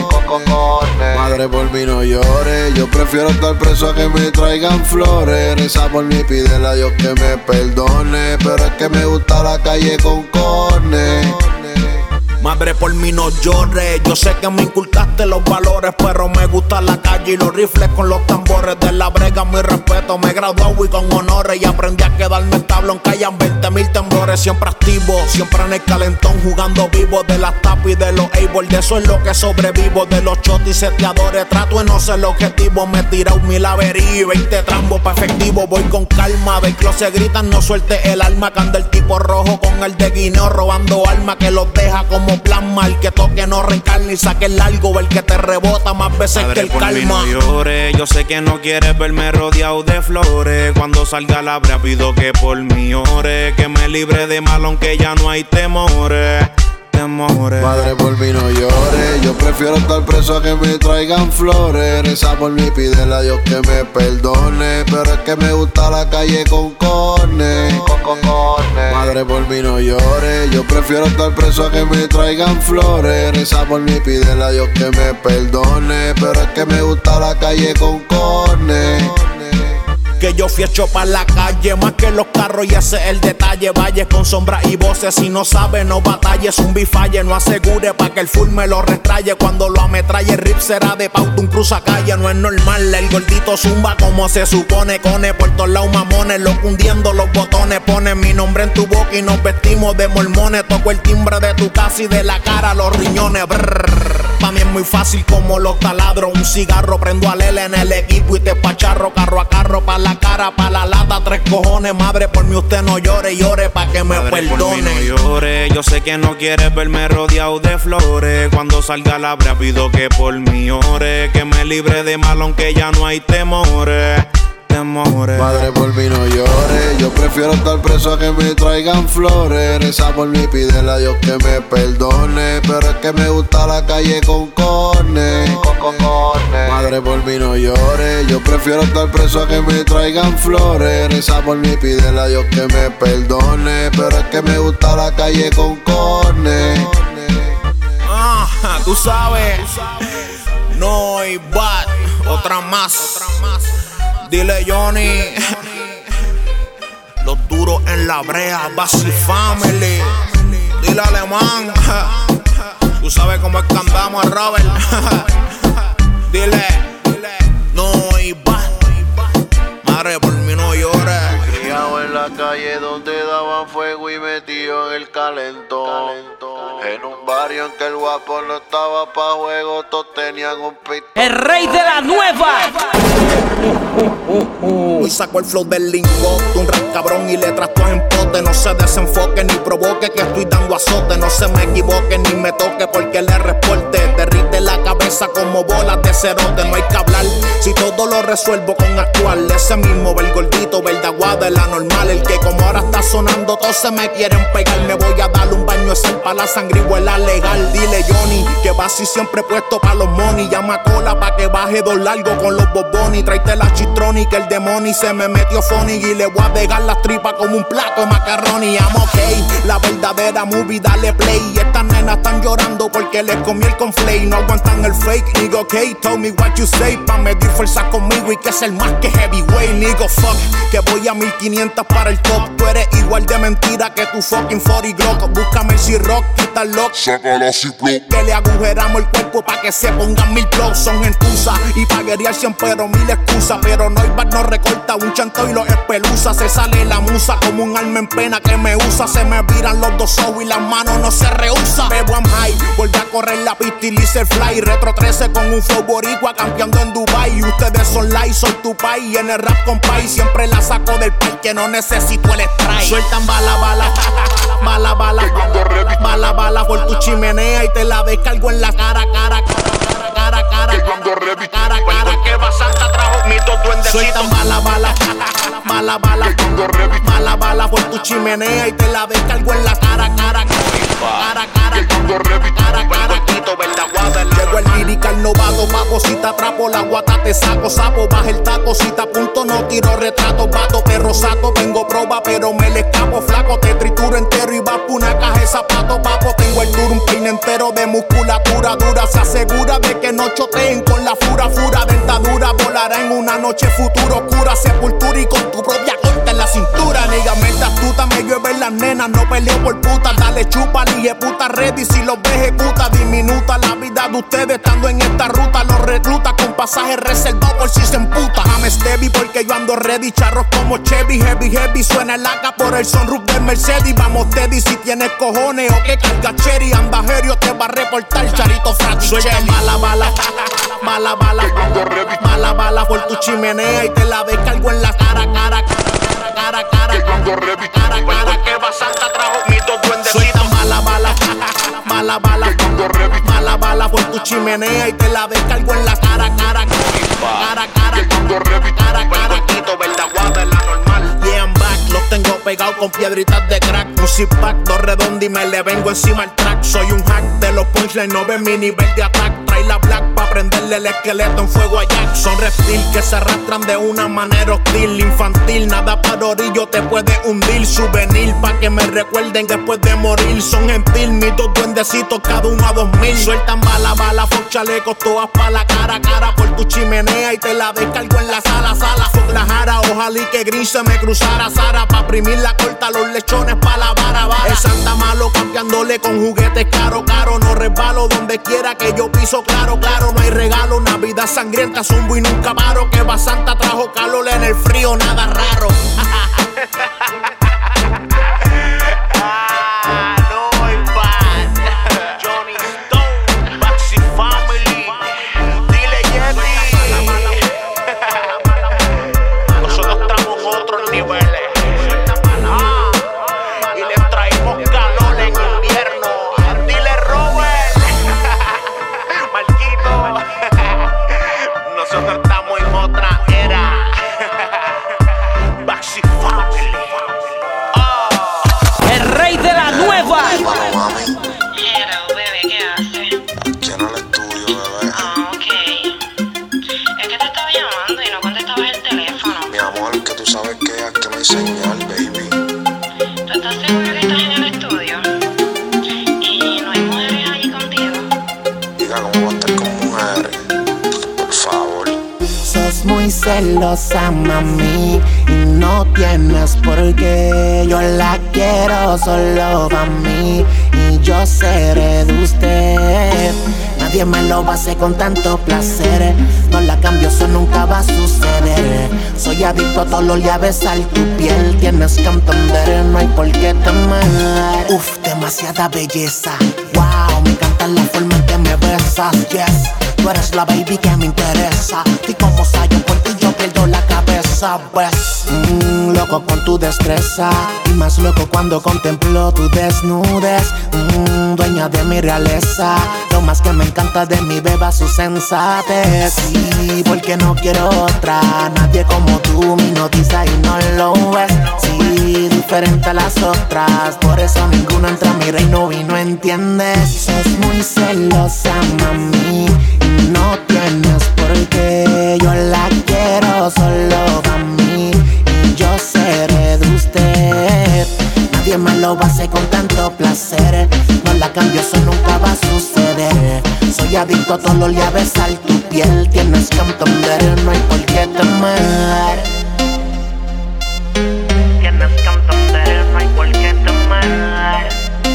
Madre, por mí no llores, yo prefiero estar preso a que me traigan flores. Reza por mí, pídele a Dios que me perdone, pero es que me gusta la calle con cojones. Madre, por mí no llores. Yo sé que me inculcaste los valores, pero me gusta la calle y los rifles con los tambores. De la brega, mi respeto. Me gradué y con honores. Y aprendí a quedarme estable aunque hayan veinte mil temblores. Siempre activo, siempre en el calentón, jugando vivo. De las tapas y de los able, de eso es lo que sobrevivo. De los chotis y seteadores, trato de no ser el objetivo. Me tira un mil averí, veinte trambos pa' efectivo. Voy con calma, del closet gritan, no suelte el alma. Que anda el tipo rojo con el de guineo, robando alma que los deja como plasma. El que toque no reencarna y saque el largo. El que te rebota más veces Madre, que el por calma. Mí no llores. Yo sé que no quieres verme rodeado de flores. Cuando salga la brea pido que por mí ore, que me libre de mal aunque ya no hay temores. Temores. Madre, por mí no llores, yo prefiero estar preso a que me traigan flores. Reza por mí, pídele a Dios que me perdone, pero es que me gusta la calle con cojones. Madre, por mí no llores, yo prefiero estar preso a que me traigan flores. Reza por mí, pídele a Dios que me perdone, pero es que me gusta la calle con cojones. Que yo fui hecho pa' la calle, más que los carros y ese es el detalle. Valles con sombras y voces, si no sabe no batalles. Un bifalle, no asegure pa' que el full me lo retraye. Cuando lo ametralle, el rip será de pauta, un cruzacalle. No es normal, el gordito zumba como se supone. Cone por todos lados mamones, lo cundiendo los botones. Pone mi nombre en tu boca y nos vestimos de mormones. Toco el timbre de tu casa y de la cara los riñones. Brrr. Pa' mí es muy fácil como los taladros. Un cigarro, prendo a Lele en el equipo y te pacharro. Carro a carro, pa' la cara, pa' la lata, tres cojones. Madre, por mí usted no llore, llore pa' que me Madre, perdone. Por mí no llore, yo sé que no quieres verme rodeado de flores. Cuando salga la brea pido que por mí ore, que me libre de mal aunque ya no hay temores. Temores. Madre, por mí no llores, yo prefiero estar preso a que me traigan flores. Reza por mí, pídele a Dios que me perdone, pero es que me gusta la calle con cojones. Madre, por mí no llores, yo prefiero estar preso a que me traigan flores. Reza por mí, pídele a Dios que me perdone, pero es que me gusta la calle con cojones. Ah, tú sabes, no hay bat, otra más. Dile Johnny, los duros en la brea, Basi Family. Dile Alemán, tú sabes cómo es que andamos, Robert. Dile, no hay bat. Madre, por mí no llores. Criado en la calle donde daban fuego y metido en el calentón. En un barrio en que el guapo no estaba pa' juego, todos tenían un pistón. El rey de la nueva. Hoy saco el flow del lingote, un rap cabrón y letras todas en pote. No se desenfoque ni provoque que estoy dando azote. No se me equivoque ni me toque porque le reporte. Derrite la cabeza como bolas de cerote. No hay que hablar si todo lo resuelvo con actuar. Ese mismo, el gordito, verdaguada, el anormal. El que como ahora está sonando, todos se me quieren pegar. Me voy a darle un baño de sal pa' la sangre y huela legal. Dile Johnny que va así siempre puesto pa' los money. Llama cola pa' que baje dos largos con los bobonis. Tráete la chitroni que el demonio se me metió funny. Y le voy a dejar las tripas como un plato de macaroni. I'm okay, la verdadera movie, dale play. Y estas nenas están llorando porque les comí el conflay. No aguantan el fake, nigga, okay, tell me what you say. Pa' medir fuerza conmigo y que ser más que heavyweight, nigga, fuck. Que voy a mil quinientos para el top. Tú eres igual de mentira que tu fucking cuarenta Glock. Búscame el C-Rock, quita el lock. Saca la C-Block. Que le agujeramos el cuerpo pa' que se pongan mil blogs. Son gentuza y pa' guerrear siempre pero mil excusas. Pero no hay bar, no recorta un chanto y lo espeluza. Se sale la musa como un alma en pena que me usa. Se me viran los dos ojos y las manos no se rehusa. Bebo I'm high, volví a correr la pista y le hice el fly. Retro trece con un flow boricua campeando en Dubai. Y ustedes son light, soy tu país. Y en el rap con país siempre la saco del parque, no necesito el strike. Sueltan bala, bala, Mala bala, mala bala por tu chimenea y te la descargo en la cara, cara, cara, cara, cara, cara, cara, que Basanta trajo mis dos duendecitos. Suelta mala bala, mala bala, mala bala por tu chimenea y te la descargo en la cara, cara, cara, cara, cara, cara, quito, verdad, guada. Llegó el lirical novato, papo, si te atrapo la guata te saco, sapo, baja el taco, si te apunto no tiro retrato, vato, perro sato, tengo proba pero me le escapo, flaco, te trituro entero y vas por una caja de zapatos, papo, tengo el duro, un peine entero de musculatura dura, se asegura de que no choteen con la fura, fura, dentadura, volará en una noche futuro, oscura, sepultura y con tu propia corta en la cintura, nigga, mente astuta, me llueven las nenas, no peleo por puta, dale chupa, lige puta ready, si los ve ejecuta, diminuta la vida de ustedes estando en esta ruta, los recluta con pasajes reservados por si se emputa, I'm steady porque yo ando ready, charros como Chevy, heavy, heavy, suena el A K por el sunroof del Mercedes, vamos Teddy, si tienes cojones o que carga cherry, anda serio, te va a reportar Charito Fraticelli. Suelta mala bala, mala bala, mala bala por tu chimenea y te la descargo en la cara, cara, cara, cara, cara, cara, cara, que Basanta trajo mis dos duendecitos. Suelta mala bala, mala bala, mala bala por tu chimenea y te la descargo en la cara, cara, cara, cara, cara, cara, quito, verdad, guada, la normal. Yeah, I'm back, los tengo pegados con piedritas de crack, un zip pack, dos redondos y me le vengo encima al track. Soy un hack de los punchlines, no ven mi nivel de attack. Trae la black pa' prenderle el esqueleto en fuego a Jack. Son reptil que se arrastran de una manera hostil, infantil, nada para orillo te puede hundir. Souvenir pa' que me recuerden después de morir. Son gentil, mis dos duendecitos, cada uno a dos mil. Sueltan bala, bala, fuck chalecos, todas pa' la cara, cara por tu chimenea y te la descargo en la sala, sala. Fuck la jara, ojalá y que Green se me cruzara, Sara, pa' primir la corta, los lechones pa' la vara, vara. El Santa malo cambiándole con juguetes caro, caro. No resbalo donde quiera que yo piso, claro, claro. No hay regalo, Navidad sangrienta, zumbo y nunca paro. Que Basanta trajo calor en el frío, nada raro. Señal, baby. ¿Tú estás seguro que estás en el estudio? ¿Y no hay mujeres allí contigo? Diga, ¿cómo va a estar con mujeres? Por favor. Sos muy celosa, mami, y no tienes por qué. Yo la quiero solo para mí y yo seré de usted. Nadie me lo va a hacer con tanto placer. No la cambio, eso nunca va a suceder. Soy adicto a todo lo y a besar tu piel. Tienes que entender, no hay por qué temer. Uf, demasiada belleza. Wow, me encanta la forma en que me besas. Yes, tú eres la baby que me interesa. Y como salgo por ti yo pierdo la cabeza. Pues, mmm, loco con tu destreza. Y más loco cuando contemplo tu desnudez. Mmm, dueña de mi realeza. Lo más que me encanta de mi beba su sensatez. Sí, porque no quiero otra. Nadie como tú me noticia y no lo ves. Sí, diferente a las otras. Por eso ninguno entra a mi reino y no entiendes. Sos muy celosa, mami, y no tienes por qué. Yo la quiero solo para mí y yo seré de usted. Nadie me lo va a hacer con tanto placer. No la cambio, eso nunca va a suceder. Soy adicto a todo lo y a besar tu piel. Tienes que entender, no hay por qué temer. Tienes que entender, no hay por qué temer.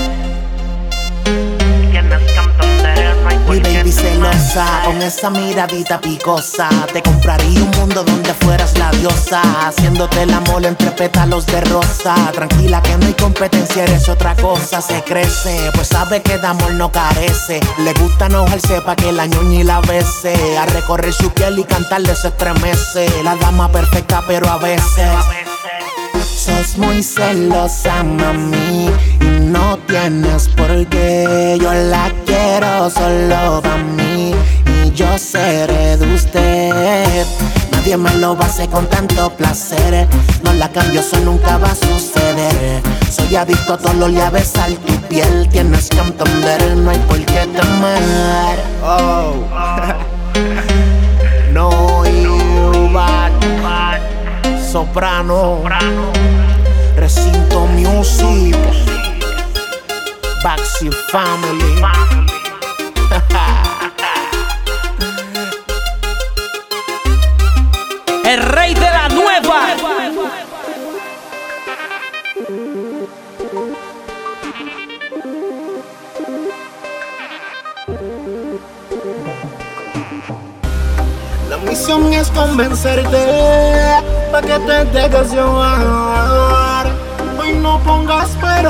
Tienes que entender, no hay por qué temer. Mi baby celosa, con esa miradita picosa. Te compraría un mundo donde fueras la diosa, haciéndote el amor entre pétalos de rosa. Tranquila que no hay competencia, eres otra cosa. Se crece, pues sabe que de amor no carece. Le gusta enojarse pa' que la ñoñi la bese. A recorrer su piel y cantarle se estremece. La dama perfecta pero a veces Sos muy celosa, mami, y no tienes por qué. Yo la quiero solo pa' mí y yo seré de usted. Nadie me lo va a hacer con tanto placer. No la cambio, eso nunca va a suceder. Soy adicto a todo lo le a besar tu piel. Tienes que entender, no hay por qué temer. Oh, no, you bad. Soprano, Recinto Music, Baxi Family. El rey de la nueva. La misión es convencerte pa' que te dejes llevar. Hoy no pongas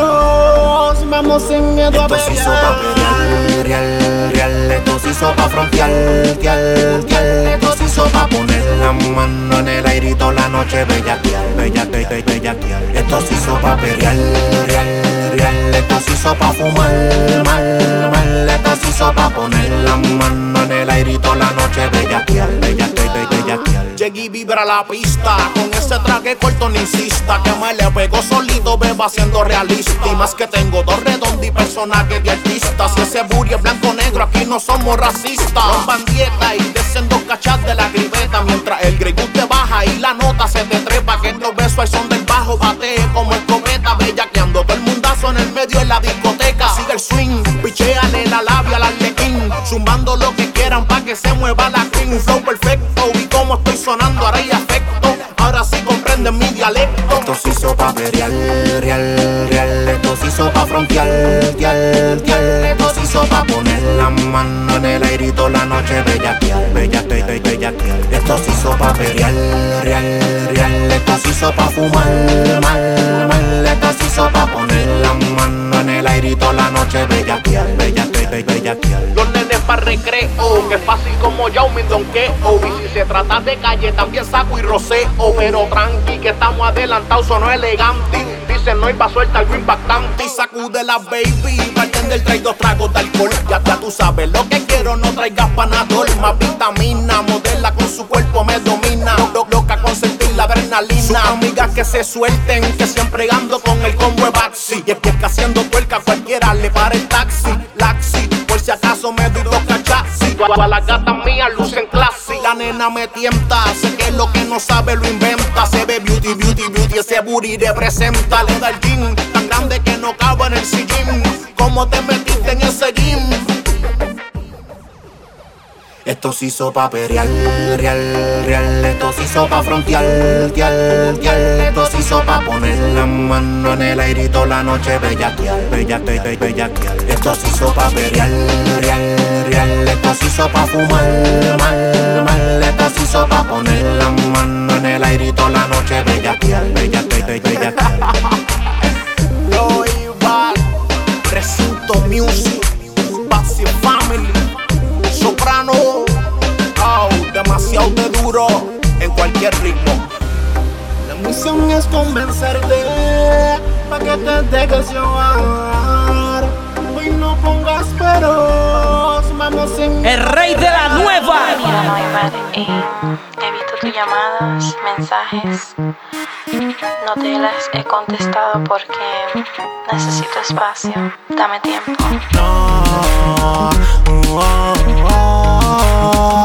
peros, vamos sin miedo a Esto sí sopa real, real, real. Esto sí sopa frontal, tial, tial. Esto sí sopa poner la mano en el aire y toda la noche bellaquear, bellaquear, bellaquear. Esto sí sopa real, real, real. Esto sí sopa fumar, mal, mal. Esto sí sopa poner la mano en el aire y toda la noche bellaquear, bellaquear, bellaquear. Llegué y vibra la pista, con ese traje corto no insista. Que me le pegó solito, beba siendo realista. Y más que tengo dos redondos y personajes de artistas. Si ese booty es blanco negro, aquí no somos racistas. Los van dieta y descen dos cachas de la gribeta. Mientras el grego te baja y la nota se te trepa. Que en los besos al son del bajo batee como escopeta. Bellaqueando todo el mundazo en el medio de la discoteca. Sigue el swing, picheale la labia al arlequín. Zumbando lo que quieran pa' que se mueva la queen. Un flow perfecto y como estoy sonando ahora hay afecto. Ahora sí comprenden mi dialecto. Esto sí sopa real, real, real. Esto sí sopa frontal, tial, tial. Esto sí sopa poner la mano en el aire y toda la noche bellaquear, bellaquear, bellaquear. Esto sí sopa real, real, real. Esto sí sopa fumar, mal, mal. Esto sí sopa poner la mano en el aire y toda la noche bellaquear, bellaquear, bellaquear. Los nenes para recreo, que fácil como Yao me donqueo. Y si se trata de calle también saco y roceo. Pero tranqui que estamos adelantados, sonó elegante. Dicen no iba suelta algo impactante. Y sacude la baby, bartender trae dos tragos de alcohol. Ya, ya tú sabes lo que quiero, no traigas panadol. Más vitamina, modela con su cuerpo me domina. Lo, loca con sentir la adrenalina. Sus amigas que se suelten, que siempre ando con el combo de Baxi. Y es que es que haciendo tuerca cualquiera le para el taxi. Laxi, por si acaso me doy dos cachazos. A las gatas mías lucen classy. La nena me tienta, sé que lo que no sabe lo inventa. Se ve beauty, beauty, beauty, ese booty representa. Le da el jean, tan grande que no cabe en el sillín. ¿Cómo te metiste en ese gym? Esto sí sopa real, real, real. Esto sí sopa frontal, tial, tial. Esto sí sopa poner la mano en el aire y toda la noche bellaquear, bellaquear, bellaquear. Esto sí sopa real, real, real. Esto sí sopa fumar, mal, mal. Esto sí sopa poner la mano en el aire y toda la noche bellaquear, bellaquear, bellaquear. No iba, Recinto Music, Baxi Family. Soprano, oh, demasiado de duro en cualquier ritmo. La misión es convencerte pa' que te dejes llevar. Hoy no pongas peros, vamos en el rey de la nueva. Mira, no iba y he visto tus llamadas, mensajes. No te las he contestado porque necesito espacio. Dame tiempo. No, oh, oh, oh, oh,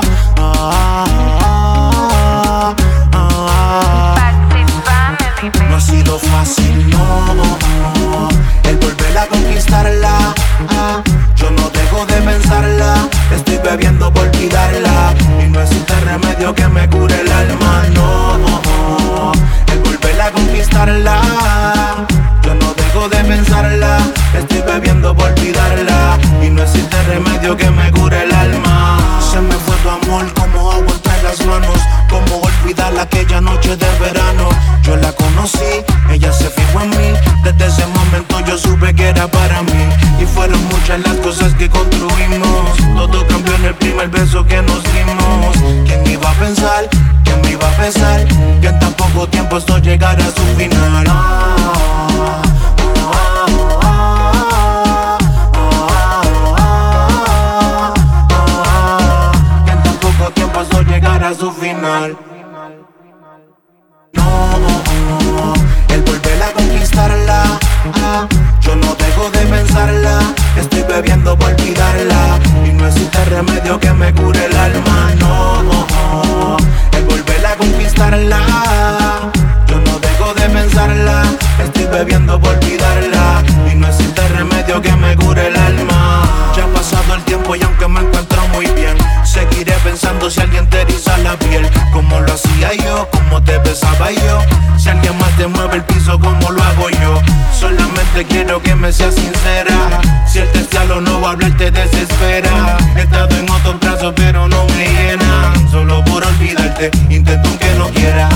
oh. No ha sido fácil, no. El volver a conquistarla. Yo no dejo de pensarla. Estoy bebiendo por olvidarla. Y no existe remedio que me cure el alma, no. El volver a conquistarla. Yo no dejo de pensarla. Estoy bebiendo por olvidarla. Y no existe remedio que me cure el alma. Se me fue tu amor como agua entre las manos. Como olvidar aquella noche de verano. Yo la conocí, ella se fijó en mí. Desde ese momento yo supe que era para mí. Y fueron muchas las cosas que construimos. Todo cambió en el primer beso que nos dimos. ¿Quién iba a pensar? ¿Quién me iba a pensar? Que en tan poco tiempo esto llegara a su final. su final. No, el volver a conquistarla, ah, yo no dejo de pensarla. Estoy bebiendo por olvidarla y no existe remedio que me cure el alma. No, el volver a conquistarla, yo no dejo de pensarla. Estoy bebiendo por olvidarla y no existe remedio que me cure el alma. Ya ha pasado el tiempo y aunque me encuentro muy bien, seguiré pensando si alguien te eriza la piel, como lo hacía yo, como te besaba yo. Si alguien más te mueve el piso como lo hago yo. Solamente quiero que me seas sincera. Si el testialo no va a hablar te desespera. He estado en otros brazos pero no me llenan. Solo por olvidarte intento que no quiera.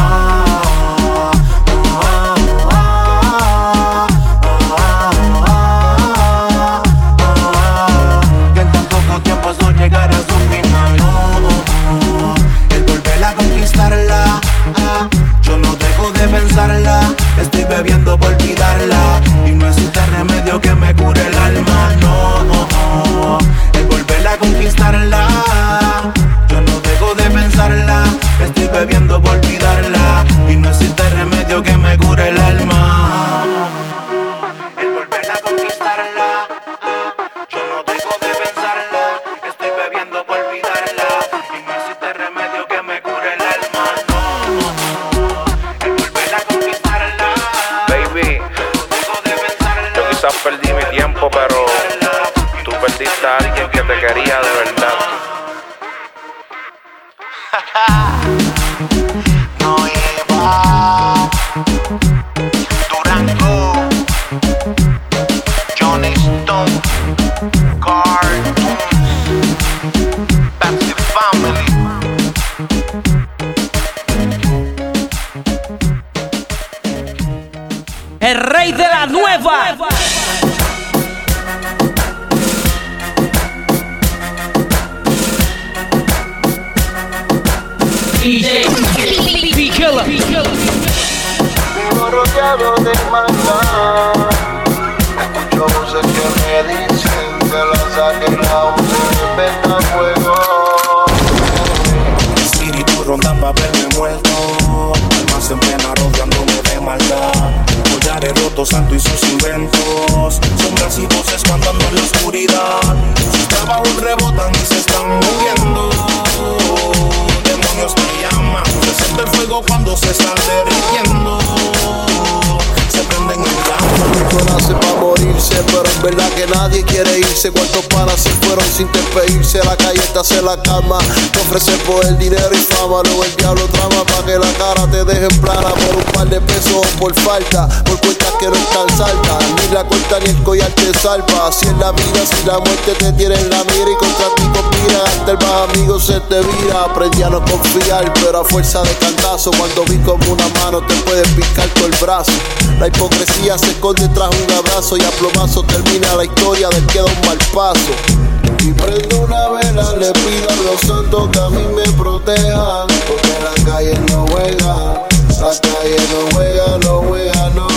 Que en tan poco tiempo no llegará a su final. El volver a conquistarla, yo no dejo de pensarla. Estoy bebiendo por olvidarla y no existe remedio que me cure el alma. No, el volver a conquistarla, yo no dejo de pensarla. Estoy bebiendo por olvidarla y no existe remedio que me cure el alma. El volver a conquistarla, yo no dejo de pensarla. Estoy bebiendo por olvidarla y no existe remedio que me cure el alma. No, el volver a conquistarla. Baby, yo quizás perdí mi tiempo, pero tú perdiste a alguien que te quería de verdad. No iba Durango, Johnny Stone, Cartoons, Pepsi Family. El rey de la nueva. D J P-Killer. Vivo rodeado de maldad. Escucho voces que me dicen que la saque la use inventa fuego. Espíritu ronda pa' verme muerto. Almas en pena rodeándome de maldad. Collares rotos, santo y sus inventos. Sombras y voces cuando ando en la oscuridad. Sus trabajos rebotan y se están moviendo. Demonios me llaman. Se siente el fuego cuando se están derritiendo. Se prenden en llamas. No nace pa' morirse, pero es verdad que nadie quiere irse. Cuántos panas se fueron sin despedirse. La calle te hace la cama, te ofrece poder, dinero y fama. Luego el diablo trama pa' que la cara te deje plana. Por un par de pesos o por falta, por cuentas que no están saltas. Ni la corta ni el collar te salva. Así es la vida, si la muerte te tiene en la mira y contra ti conspira, hasta el más amigo se te vira. Aprendí a no confiar, pero a fuerza de cantazo, cuando vi como una mano te puede picar todo el brazo. La hipocresía se esconde tras un abrazo y a plomazo termina la historia del que da un mal paso. Y prendo una vela, le pido a los santos que a mí me protejan, porque la calle no juega, la calle no juega, no juega, no.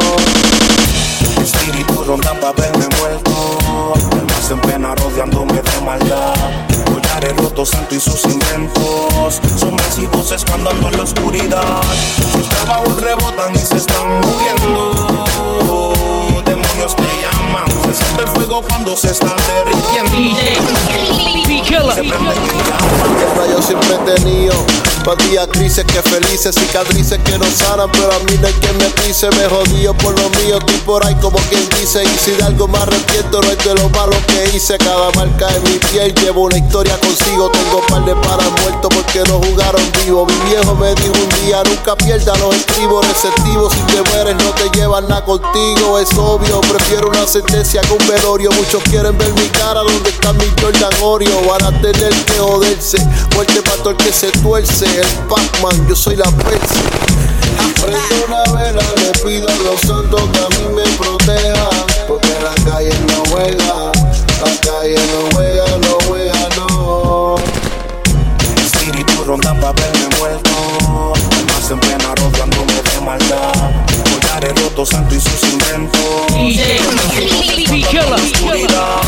Espíritu rondan pa' verme muerto. Almas en pena rodeándome de maldad. Collares rotos, santo y sus inventos. Sombras y voces cuando ando en la oscuridad. Sus trabajos rebotan y se están moviendo. Demonios me llaman. Se siente el fuego cuando se están derritiendo. Se prenden en llamas. Yo siempre he tenido pa' días crisis que felices, cicatrices que no sanan, pero a mí no hay quien me pise. Me jodío por lo mío, estoy por ahí como quien dice. Y si de algo me arrepiento, no es de lo malo que hice. Cada marca en mi piel llevo una historia consigo. Tengo par de panas muertos porque no jugaron vivo. Mi viejo me dijo un día, nunca pierdas los estribos receptivos. Si te mueres no te llevan nada contigo. Es obvio, prefiero una sentencia que un velorio. Muchos quieren ver mi cara donde está mi Jordan Oreo. Van a tener que joderse, muerte pa' todo el que se tuerce. El Pac-Man, yo soy la Pepsi. Prendo una vela, le pido a los santos que a mí me protejan, porque la calle no juega, la calle no juega, no juega, no. Espíritu rondan pa' verme muerto. Almas en pena rodeándome de maldad. Collares rotos, santo y sus inventos.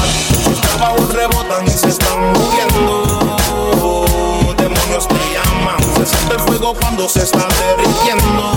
Sus trabajos rebotan y se están moviendo. Demonios me llaman. mundo se está derritiendo.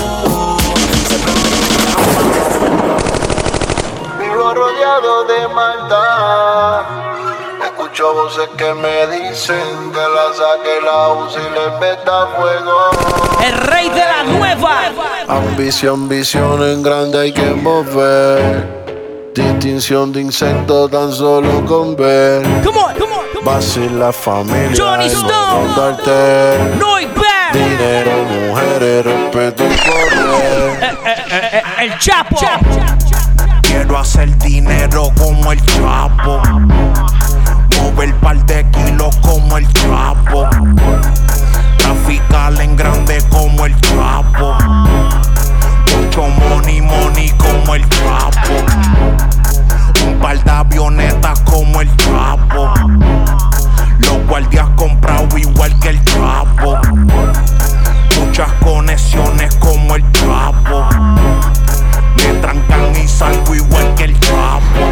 Vivo rodeado de maldad. Escucho voces que me dicen que la saque la U C y le meta fuego. El rey de la nueva. Ambición, visión en grande hay que mover. Distinción de insecto tan solo con ver. Come on, come on, come on. Vacila familia, Johnny Stone, darte Noy Bad, dinero, mujeres, respeto y poder. Eh, eh, eh, eh, el Chapo. Quiero hacer dinero como el Chapo, mover par de kilos como el Chapo, traficar en grande como el Chapo, mucho money, money como el Chapo, un par de avionetas como el Chapo, los guardias comprados igual que el Chapo, muchas conexiones como el Chapo, me trancan y salgo igual que el Chapo.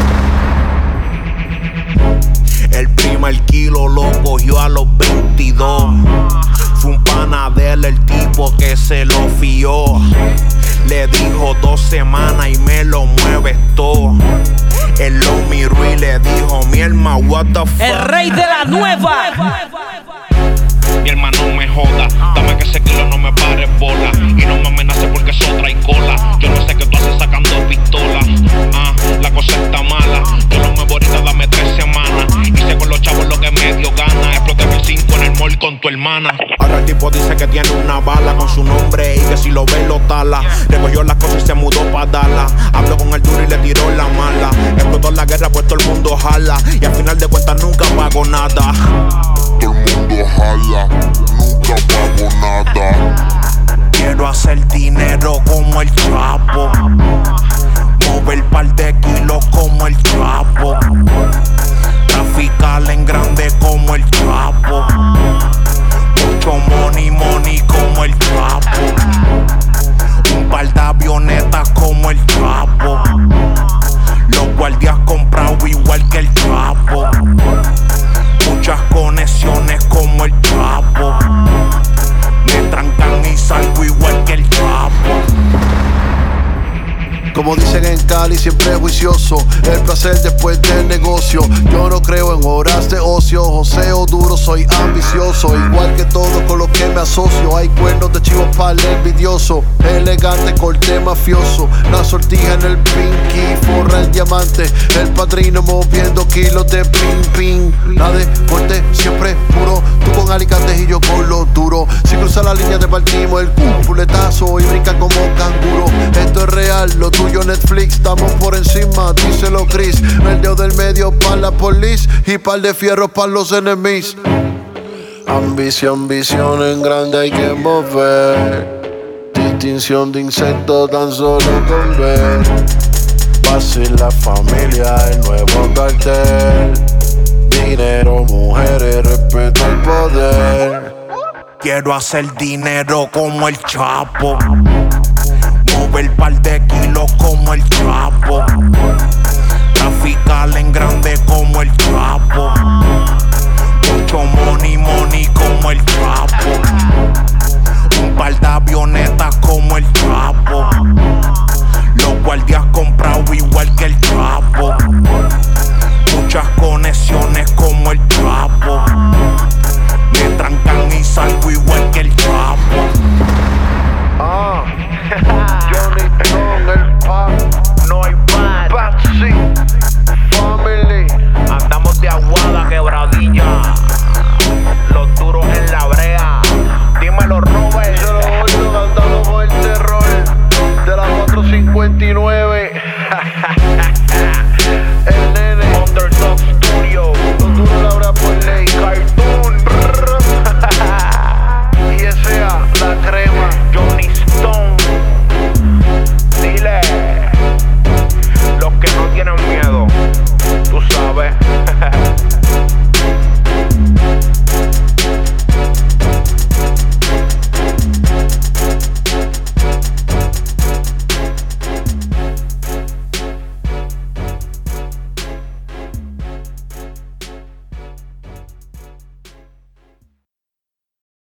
El primer kilo lo cogió a los veintidós. Fue un panadero el tipo que se lo fió. Le dijo dos semanas y me lo mueves todo. Él lo miró y le dijo, mi hermano, what the fuck. El rey de la nueva. Mi hermano me joda, dame que ese kilo no me pare bola. Y no me amenace porque eso trae cola. Yo no sé qué tú haces sacando pistolas. Ah, la cosa está mala. Yo lo muevo ahorita, dame tres semanas. Y sé con los chavos lo que me dio gana. Exploté mi cinco en el mall con tu hermana. Ahora el tipo dice que tiene una bala con su nombre y que si lo ve lo tala. Recogió las cosas y se mudó pa' Dallas. Habló con el duro y le tiró la mala. Explotó la guerra pues todo el mundo jala. Y al final de cuentas nunca pagó nada. Todo el mundo jala, nunca pago nada. Quiero hacer dinero como el Chapo, mover par de kilos como el Chapo, traficar en grande como el Chapo, mucho money, money como el Chapo, un par de avionetas como el Chapo, los guardias comprados igual que el Chapo, muchas conexiones como el Chapo, me trancan y salgo igual que el Chapo. Como dicen en Cali, siempre juicioso. El placer después del negocio. Yo no creo en horas de ocio. Joseo duro, soy ambicioso. Igual que todo con lo que me asocio. Hay cuernos de chivo para el envidioso. Elegante, corte mafioso. La sortija en el pinky, forra el diamante. El padrino moviendo kilos de ping ping. La de corte siempre puro. Tú con alicantes y yo con lo duro. Si cruza la línea te partimos el culo. Puletazo y brinca como canguro. Esto es real, lo tuyo Netflix, estamos por encima, díselo Chris. El dedo del medio pa' la police y par de fierros pa' los enemigos. Ambición, visión en grande hay que mover. Distinción de insecto tan solo con ver. Vacila familia, el nuevo cartel. Dinero, mujeres, respeto y poder. Quiero hacer dinero como el Chapo, mover par de kilos como el Chapo, traficar en grande como el Chapo, mucho money, money como el Chapo, un par de avionetas como el Chapo, los guardias comprados igual que el Chapo, muchas conexiones como el Chapo, me trancan y salgo igual que el Chapo. Ah, Johnny Stone, el pop, Noy Bad, Patsy, Family. andamos de aguada, quebradilla.